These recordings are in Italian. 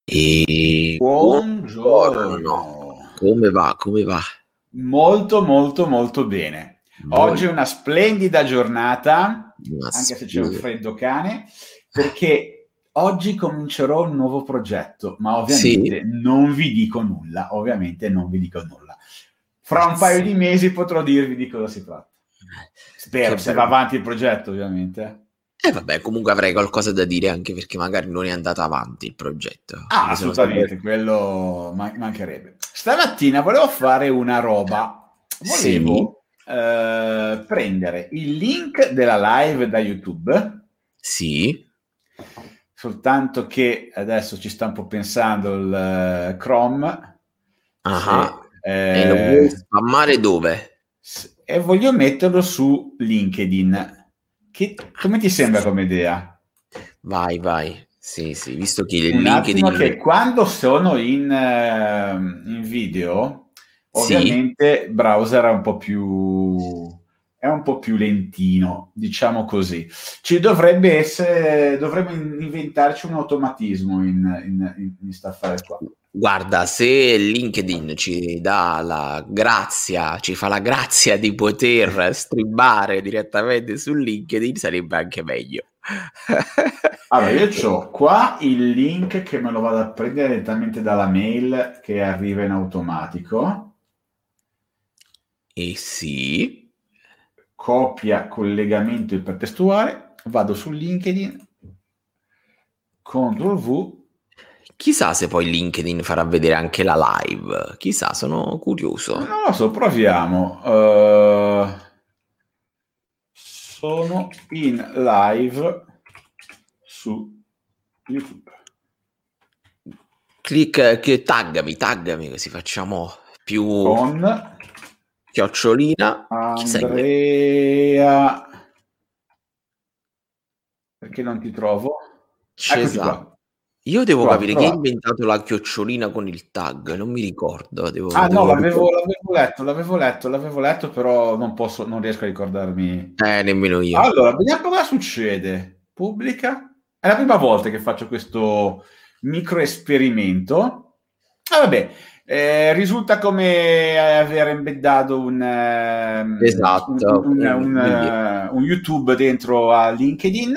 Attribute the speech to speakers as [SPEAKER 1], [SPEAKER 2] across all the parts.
[SPEAKER 1] E buongiorno,
[SPEAKER 2] Buongiorno,
[SPEAKER 1] come va? Come va?
[SPEAKER 2] molto molto molto bene. Oggi è
[SPEAKER 1] Molto,
[SPEAKER 2] una splendida giornata,
[SPEAKER 1] ma
[SPEAKER 2] anche se c'è un freddo cane, perché oggi comincerò un nuovo progetto, ma
[SPEAKER 1] sì?
[SPEAKER 2] ovviamente non vi dico nulla, ovviamente non vi dico nulla. Fra un paio
[SPEAKER 1] Sì.
[SPEAKER 2] di mesi potrò dirvi di cosa si tratta. Spero,
[SPEAKER 1] Che
[SPEAKER 2] se va
[SPEAKER 1] bello.
[SPEAKER 2] avanti il progetto, ovviamente.
[SPEAKER 1] E vabbè, comunque avrei qualcosa da dire anche perché magari non è andato avanti il progetto.
[SPEAKER 2] Ah,
[SPEAKER 1] Mi sono sempre...
[SPEAKER 2] assolutamente, quello mancherebbe. Stamattina volevo fare una roba.
[SPEAKER 1] Sì?
[SPEAKER 2] Volevo prendere il link della live da YouTube,
[SPEAKER 1] Sì?
[SPEAKER 2] soltanto che adesso ci sta un po' pensando il Chrome,
[SPEAKER 1] Ah.
[SPEAKER 2] se,
[SPEAKER 1] E lo vuoi spammare dove?
[SPEAKER 2] e voglio metterlo su LinkedIn. Come ti sembra come idea?
[SPEAKER 1] Vai, vai. Sì, sì, visto che il
[SPEAKER 2] Un attimo
[SPEAKER 1] LinkedIn...
[SPEAKER 2] che quando sono in video,
[SPEAKER 1] Sì?
[SPEAKER 2] ovviamente il browser è un po' più lentino, diciamo così. Ci dovrebbe essere, dovremmo inventarci un automatismo in sta affare qua.
[SPEAKER 1] Guarda, se LinkedIn ci dà la grazia, ci fa la grazia di poter streamare direttamente su LinkedIn, sarebbe anche meglio.
[SPEAKER 2] Allora, io ho qua il link che me lo vado a prendere direttamente dalla mail che arriva in automatico.
[SPEAKER 1] E sì,
[SPEAKER 2] Copia collegamento ipertestuale, vado su LinkedIn, CTRL V,
[SPEAKER 1] chissà se poi LinkedIn farà vedere anche la live. Chissà, sono curioso.
[SPEAKER 2] non lo so, proviamo. Sono in live su YouTube.
[SPEAKER 1] Taggami così facciamo più
[SPEAKER 2] Con
[SPEAKER 1] chiocciolina. Chi sei?
[SPEAKER 2] Andrea. Perché non ti trovo? Eccoti
[SPEAKER 1] Cesare.
[SPEAKER 2] qua.
[SPEAKER 1] Io devo
[SPEAKER 2] Trovato,
[SPEAKER 1] capire chi ha
[SPEAKER 2] trovato.
[SPEAKER 1] inventato la chiocciolina con il tag, non mi ricordo,
[SPEAKER 2] Ah no,
[SPEAKER 1] devo ricordare.
[SPEAKER 2] l'avevo letto, però non posso, non riesco a ricordarmi.
[SPEAKER 1] Nemmeno io.
[SPEAKER 2] Allora, vediamo cosa succede. Pubblica. È la prima volta che faccio questo micro esperimento. Ah, vabbè, risulta come aver embeddato
[SPEAKER 1] Esatto, quindi
[SPEAKER 2] un YouTube dentro a LinkedIn,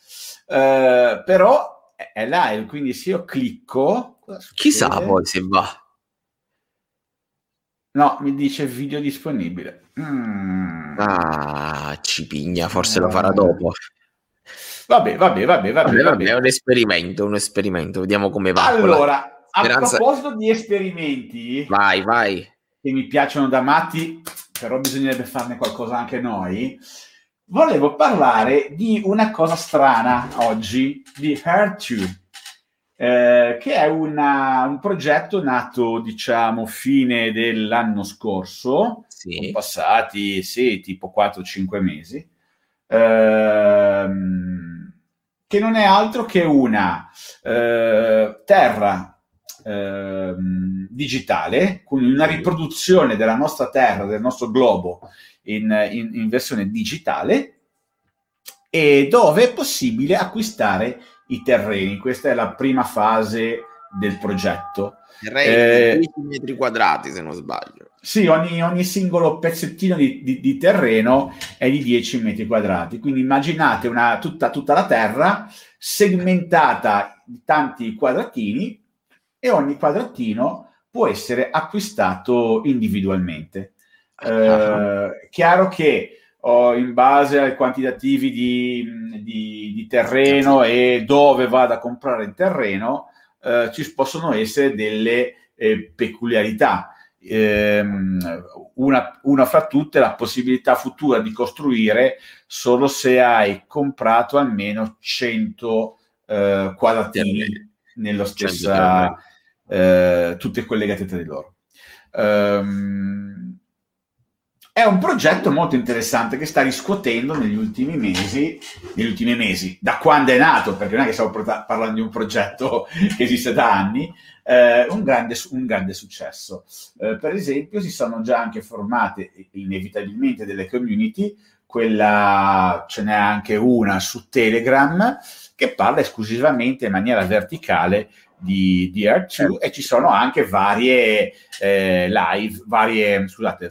[SPEAKER 2] però è live, quindi se io clicco, cosa
[SPEAKER 1] chissà
[SPEAKER 2] succede?
[SPEAKER 1] poi se va.
[SPEAKER 2] No, mi dice video disponibile. Mm.
[SPEAKER 1] Ah, cipigna, forse lo farà
[SPEAKER 2] Eh,
[SPEAKER 1] dopo.
[SPEAKER 2] vabbè,
[SPEAKER 1] Vabbè, è
[SPEAKER 2] vabbè.
[SPEAKER 1] un esperimento, vediamo come va con la
[SPEAKER 2] Allora, a
[SPEAKER 1] speranza.
[SPEAKER 2] proposito di esperimenti
[SPEAKER 1] Vai, vai.
[SPEAKER 2] che mi piacciono da matti, però bisognerebbe farne qualcosa anche noi, volevo parlare di una cosa strana oggi, di Heart2, che è un progetto nato, diciamo, fine dell'anno scorso, sono
[SPEAKER 1] Sì,
[SPEAKER 2] passati, sì, tipo 4-5 mesi, ehm, che non è altro che una terra digitale, quindi una
[SPEAKER 1] sì,
[SPEAKER 2] riproduzione della nostra terra, del nostro globo in versione digitale, e dove è possibile acquistare i terreni. Questa è la prima fase del progetto.
[SPEAKER 1] terreni di 10 metri quadrati se non sbaglio.
[SPEAKER 2] Sì, ogni singolo pezzettino di terreno è di 10 metri quadrati, quindi immaginate tutta la terra segmentata in tanti quadratini e ogni quadratino può essere acquistato individualmente.
[SPEAKER 1] Ah,
[SPEAKER 2] Chiaro che in base ai quantitativi di terreno e dove vado a comprare il terreno, ci possono essere delle peculiarità. Una fra tutte la possibilità futura di costruire solo se hai comprato almeno 100 quadratini
[SPEAKER 1] terreni,
[SPEAKER 2] nello
[SPEAKER 1] 100
[SPEAKER 2] stessa,
[SPEAKER 1] terreni.
[SPEAKER 2] tutte collegate tra di loro. Ehm, è un progetto molto interessante che sta riscuotendo negli ultimi mesi, da quando è nato, perché non è che stiamo parlando di un progetto che esiste da anni, un grande successo. Per esempio, si sono già anche formate inevitabilmente delle community, quella ce n'è anche una su Telegram che parla esclusivamente in maniera verticale di Earth2, e ci sono anche varie live, vari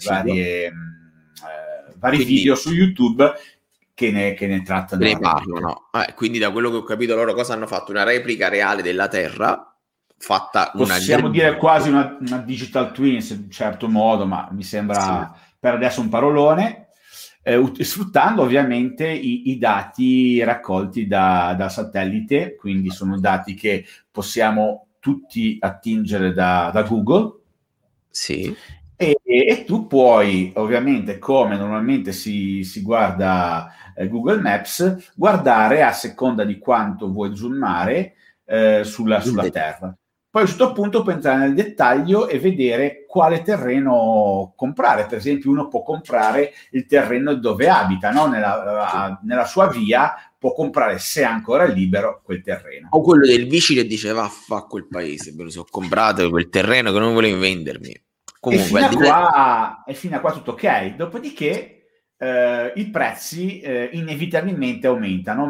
[SPEAKER 1] Quindi,
[SPEAKER 2] video su YouTube che ne trattano.
[SPEAKER 1] ne parlano. Quindi da quello che ho capito loro cosa hanno fatto? Una replica reale della Terra, fatta
[SPEAKER 2] possiamo dire quasi una digital twin in un certo modo, ma mi sembra per adesso un parolone, sfruttando ovviamente i dati raccolti da satellite, quindi sono dati che possiamo tutti attingere da Google.
[SPEAKER 1] Sì.
[SPEAKER 2] E tu puoi, ovviamente, come normalmente si guarda Google Maps, guardare a seconda di quanto vuoi zoomare sulla Terra. Poi a un certo punto puoi entrare nel dettaglio e vedere quale terreno comprare. Per esempio, uno può comprare il terreno dove abita, no? Nella sua via può comprare, se è ancora libero, quel terreno.
[SPEAKER 1] O quello del vicino e dice va a quel paese, me lo so comprato quel terreno che non volevo vendermi. Comunque,
[SPEAKER 2] e fino a qua tutto ok. Dopodiché i prezzi inevitabilmente aumentano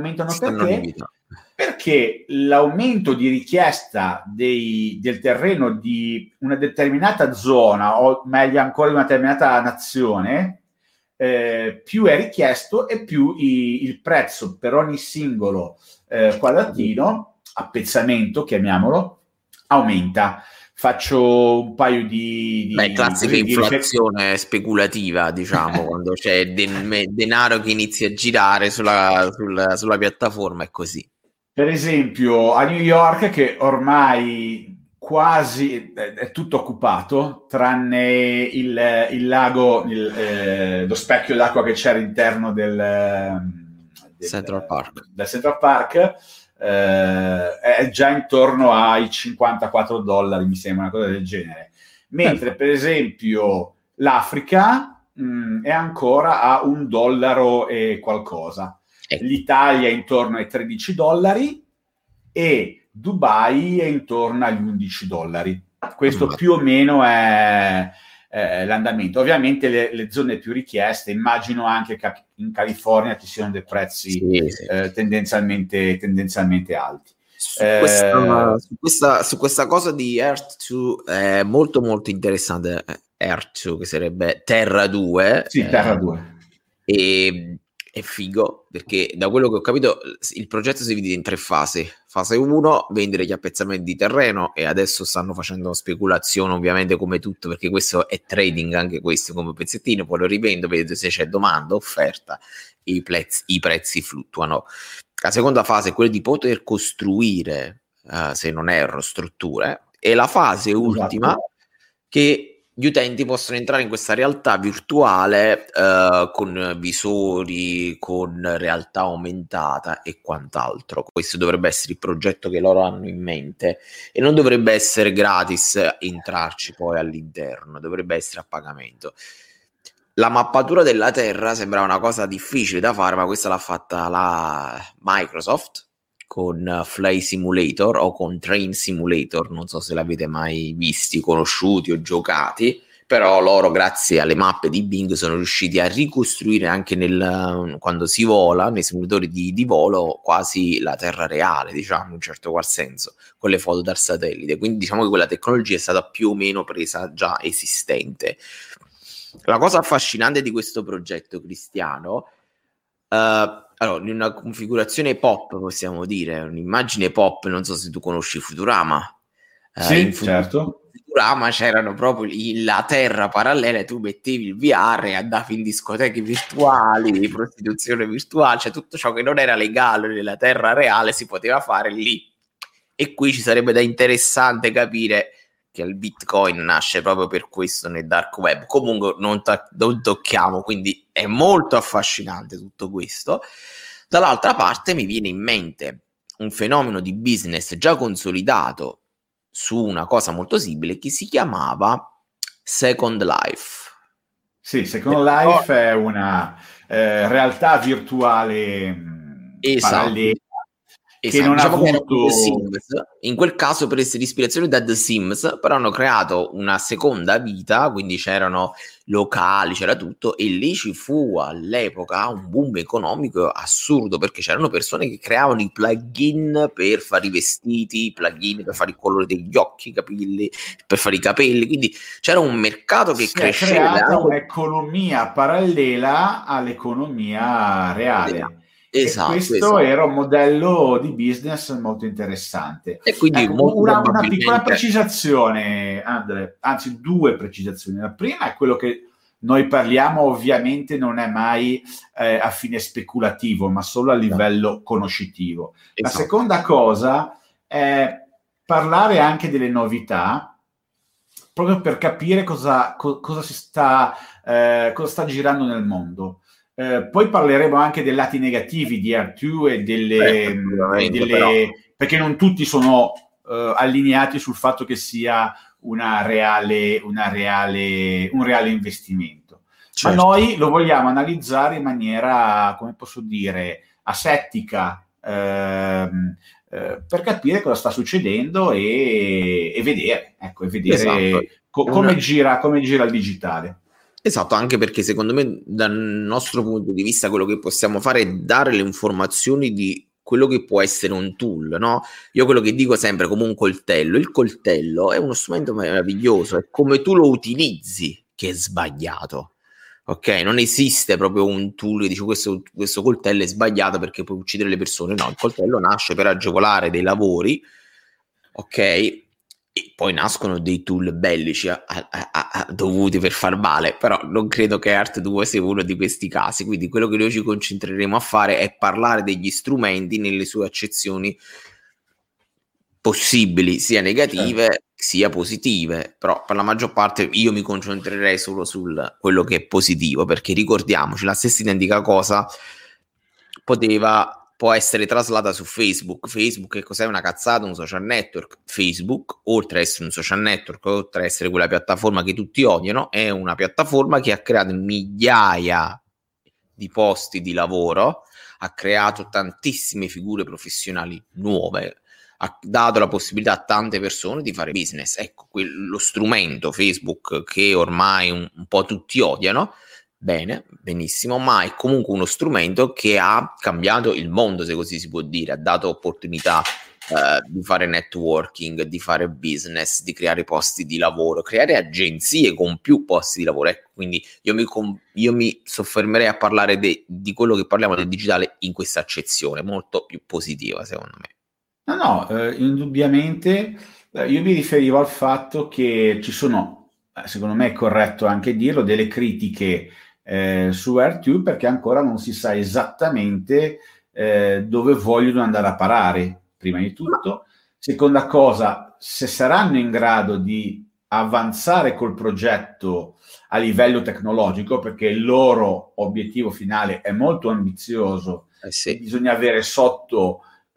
[SPEAKER 2] perché l'aumento di richiesta del terreno di una determinata zona, o meglio ancora di una determinata nazione, più è richiesto e più il prezzo per ogni singolo quadratino, a pezzamento chiamiamolo, aumenta. Faccio un paio di
[SPEAKER 1] classica inflazione speculativa, diciamo, quando c'è denaro che inizia a girare sulla piattaforma, è così.
[SPEAKER 2] Per esempio a New York, che ormai quasi è tutto occupato, tranne il lago, lo specchio d'acqua che c'è all'interno del
[SPEAKER 1] Central
[SPEAKER 2] Park, è già intorno ai $54, mi sembra, una cosa del genere. Mentre per esempio l'Africa è ancora a $1 e qualcosa. L'Italia è intorno ai $13 e Dubai è intorno agli $11. Questo più o meno è l'andamento. Ovviamente le zone più richieste, immagino anche che in California ci siano dei prezzi tendenzialmente alti.
[SPEAKER 1] Su questa cosa di Earth2 è molto molto interessante. Earth2, che sarebbe Terra 2.
[SPEAKER 2] Sì, Terra 2.
[SPEAKER 1] E è figo, perché da quello che ho capito il progetto si divide in 3 fasi. Fase 1, vendere gli appezzamenti di terreno, e adesso stanno facendo speculazione ovviamente come tutto, perché questo è trading anche questo come pezzettino, poi lo rivendo, vedo se c'è domanda, offerta, i prezzi fluttuano. La seconda fase è quella di poter costruire, se non erro, strutture, e la fase ultima che gli utenti possono entrare in questa realtà virtuale con visori, con realtà aumentata e quant'altro. Questo dovrebbe essere il progetto che loro hanno in mente, e non dovrebbe essere gratis entrarci poi all'interno, dovrebbe essere a pagamento. La mappatura della Terra sembra una cosa difficile da fare, ma questa l'ha fatta la Microsoft con Flight Simulator o con Train Simulator, non so se l'avete mai visti, conosciuti o giocati, però loro grazie alle mappe di Bing sono riusciti a ricostruire anche quando si vola, nei simulatori di volo, quasi la Terra reale, diciamo, in un certo qual senso, con le foto dal satellite. Quindi diciamo che quella tecnologia è stata più o meno presa già esistente. La cosa affascinante di questo progetto, Cristiano, allora, in una configurazione pop, possiamo dire, un'immagine pop, non so se tu conosci Futurama.
[SPEAKER 2] Sì, certo.
[SPEAKER 1] In Futurama c'erano proprio la terra parallela, e tu mettevi il VR e andavi in discoteche virtuali, prostituzione virtuale, cioè tutto ciò che non era legale nella terra reale si poteva fare lì. E qui ci sarebbe da interessante capire che il Bitcoin nasce proprio per questo nel dark web. Comunque non tocchiamo, quindi è molto affascinante tutto questo. Dall'altra parte mi viene in mente un fenomeno di business già consolidato su una cosa molto simile che si chiamava Second Life.
[SPEAKER 2] Sì, Second Life è una realtà virtuale parallela che non ha
[SPEAKER 1] diciamo che era
[SPEAKER 2] avuto...
[SPEAKER 1] The Sims. In quel caso prese l'ispirazione da The Sims, però hanno creato una seconda vita, quindi c'erano locali, c'era tutto, e lì ci fu all'epoca un boom economico assurdo, perché c'erano persone che creavano i plugin per fare i vestiti, i plugin per fare il colore degli occhi, i capelli, per fare i capelli, quindi c'era un mercato che
[SPEAKER 2] Si è
[SPEAKER 1] cresceva.
[SPEAKER 2] creata un'economia parallela all'economia reale. E
[SPEAKER 1] Esatto,
[SPEAKER 2] questo
[SPEAKER 1] esatto.
[SPEAKER 2] era un modello di business molto interessante.
[SPEAKER 1] E quindi
[SPEAKER 2] Ecco,
[SPEAKER 1] molto
[SPEAKER 2] una piccola
[SPEAKER 1] probabilmente...
[SPEAKER 2] precisazione, Andre, anzi due precisazioni. La prima è quello che noi parliamo, ovviamente non è mai a fine speculativo, ma solo a livello conoscitivo. La
[SPEAKER 1] Esatto.
[SPEAKER 2] seconda cosa è parlare anche delle novità, proprio per capire cosa sta girando nel mondo. Poi parleremo anche dei lati negativi di R2 perché non tutti sono allineati sul fatto che sia un reale investimento.
[SPEAKER 1] Certo.
[SPEAKER 2] Ma noi lo vogliamo analizzare in maniera, come posso dire, asettica, per capire cosa sta succedendo e vedere,
[SPEAKER 1] Esatto.
[SPEAKER 2] come gira il digitale.
[SPEAKER 1] Esatto, anche perché secondo me dal nostro punto di vista quello che possiamo fare è dare le informazioni di quello che può essere un tool, no? Io quello che dico sempre come un coltello, il coltello è uno strumento meraviglioso, è come tu lo utilizzi che è sbagliato. Ok, non esiste proprio un tool che dice questo coltello è sbagliato perché puoi uccidere le persone. No, il coltello nasce per agevolare dei lavori, ok, e poi nascono dei tool bellici dovuti per far male, però non credo che Art 2 sia uno di questi casi. Quindi quello che noi ci concentreremo a fare è parlare degli strumenti nelle sue accezioni possibili, sia negative sia positive, però per la maggior parte io mi concentrerei solo sul quello che è positivo, perché ricordiamoci, la stessa identica cosa può essere traslata su Facebook. Facebook che cos'è? Una cazzata, un social network. Facebook, oltre a essere un social network, oltre a essere quella piattaforma che tutti odiano, è una piattaforma che ha creato migliaia di posti di lavoro, ha creato tantissime figure professionali nuove, ha dato la possibilità a tante persone di fare business. Ecco, lo strumento Facebook che ormai un po' tutti odiano, bene, benissimo, ma è comunque uno strumento che ha cambiato il mondo, se così si può dire, ha dato opportunità di fare networking, di fare business, di creare posti di lavoro, creare agenzie con più posti di lavoro. Ecco, quindi io mi soffermerei a parlare di quello che parliamo del digitale in questa accezione, molto più positiva secondo me.
[SPEAKER 2] No, indubbiamente io mi riferivo al fatto che ci sono, secondo me è corretto anche dirlo, delle critiche su R2 perché ancora non si sa esattamente dove vogliono andare a parare, prima di tutto. Seconda cosa, se saranno in grado di avanzare col progetto a livello tecnologico, perché il loro obiettivo finale è molto ambizioso,
[SPEAKER 1] Sì.
[SPEAKER 2] bisogna avere sotto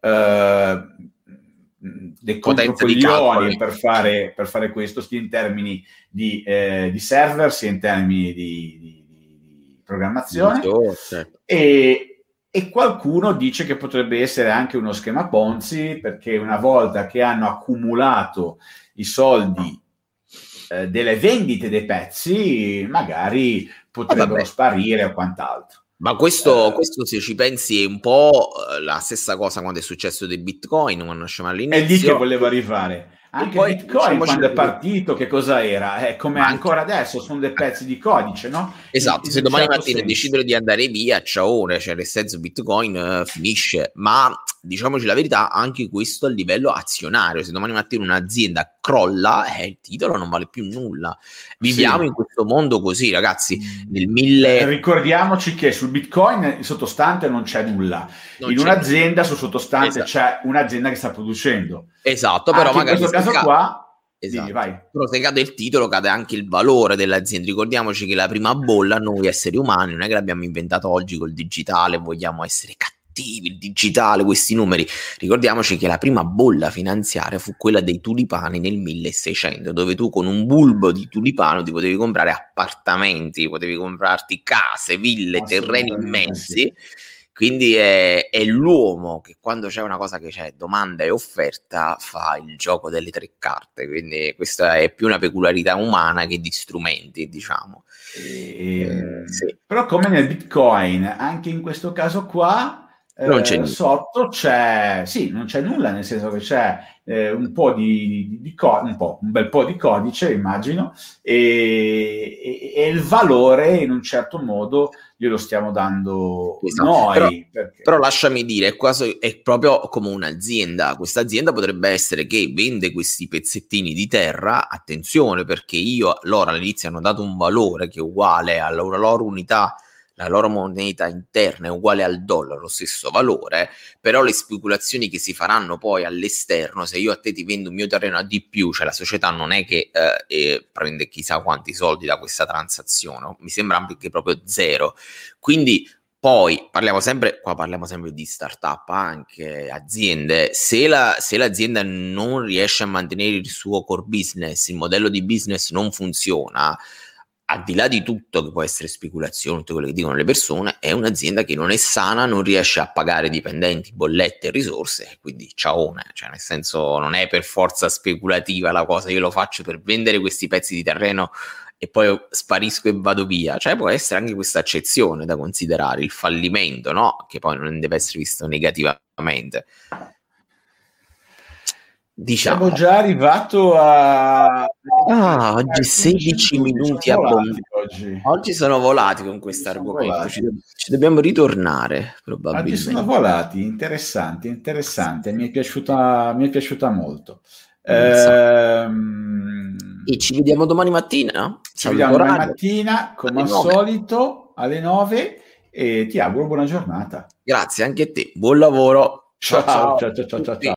[SPEAKER 2] dei
[SPEAKER 1] potenza
[SPEAKER 2] controcoglioni per fare questo, sia in termini di server, sia in termini di programmazione.
[SPEAKER 1] Certo.
[SPEAKER 2] E qualcuno dice che potrebbe essere anche uno schema Ponzi, perché una volta che hanno accumulato i soldi delle vendite dei pezzi, magari potrebbero sparire o quant'altro.
[SPEAKER 1] Ma questo se ci pensi è un po' la stessa cosa quando è successo dei Bitcoin, quando nascevano all'inizio.
[SPEAKER 2] È lì che volevo arrivare. Anche poi, Bitcoin quando è partito, che cosa era? È come ancora adesso, sono dei pezzi di codice, no?
[SPEAKER 1] Esatto, se domani mattina decidono di andare via, ciaone, cioè nel senso Bitcoin finisce, ma diciamoci la verità, anche questo a livello azionario, se domani mattina un'azienda crolla, il titolo non vale più nulla. Viviamo in questo mondo così, ragazzi,
[SPEAKER 2] ricordiamoci che sul Bitcoin il sottostante non c'è nulla. In un'azienda sul sottostante c'è un'azienda che sta producendo.
[SPEAKER 1] Esatto, però
[SPEAKER 2] anche
[SPEAKER 1] magari
[SPEAKER 2] in questo caso qua
[SPEAKER 1] esatto. Però se cade il titolo cade anche il valore dell'azienda. Ricordiamoci che la prima bolla, noi esseri umani, non è che l'abbiamo inventato oggi col digitale, vogliamo essere cattivi, il digitale, questi numeri. Ricordiamoci che la prima bolla finanziaria fu quella dei tulipani nel 1600, dove tu con un bulbo di tulipano ti potevi comprare appartamenti, potevi comprarti case, ville, terreni immensi. Quindi è l'uomo che quando c'è una cosa che c'è domanda e offerta fa il gioco delle tre carte, quindi questa è più una peculiarità umana che di strumenti, diciamo.
[SPEAKER 2] Sì. Però come nel Bitcoin, anche in questo caso qua,
[SPEAKER 1] non c'è
[SPEAKER 2] sotto c'è, sì, non c'è nulla, nel senso che c'è un po' un bel po' di codice, immagino, e il valore in un certo modo glielo stiamo dando noi.
[SPEAKER 1] Però lasciami dire, è proprio come un'azienda. Questa azienda potrebbe essere che vende questi pezzettini di terra, attenzione, perché loro all'inizio hanno dato un valore che è uguale alla loro unità, la loro moneta interna è uguale al dollaro, lo stesso valore, però le speculazioni che si faranno poi all'esterno, se io a te ti vendo un mio terreno a di più, cioè la società non è che prende chissà quanti soldi da questa transazione, mi sembra anche proprio zero. Quindi poi parliamo sempre di startup, anche aziende, se l'azienda non riesce a mantenere il suo core business, il modello di business non funziona, al di là di tutto che può essere speculazione, tutte quelle che dicono le persone, è un'azienda che non è sana, non riesce a pagare dipendenti, bollette e risorse, quindi ciaone, cioè nel senso non è per forza speculativa la cosa, io lo faccio per vendere questi pezzi di terreno e poi sparisco e vado via, cioè può essere anche questa accezione da considerare, il fallimento, no? Che poi non deve essere visto negativamente. Diciamo.
[SPEAKER 2] Siamo già arrivato
[SPEAKER 1] oggi 16 minuti oggi sono volati con questo argomento, ci dobbiamo ritornare probabilmente.
[SPEAKER 2] Oggi sono volati, interessante, mi è piaciuta molto.
[SPEAKER 1] E ci vediamo domani mattina?
[SPEAKER 2] Ci vediamo domani mattina, come al solito, alle 9, e ti auguro buona giornata.
[SPEAKER 1] Grazie anche a te, buon lavoro.
[SPEAKER 2] Ciao.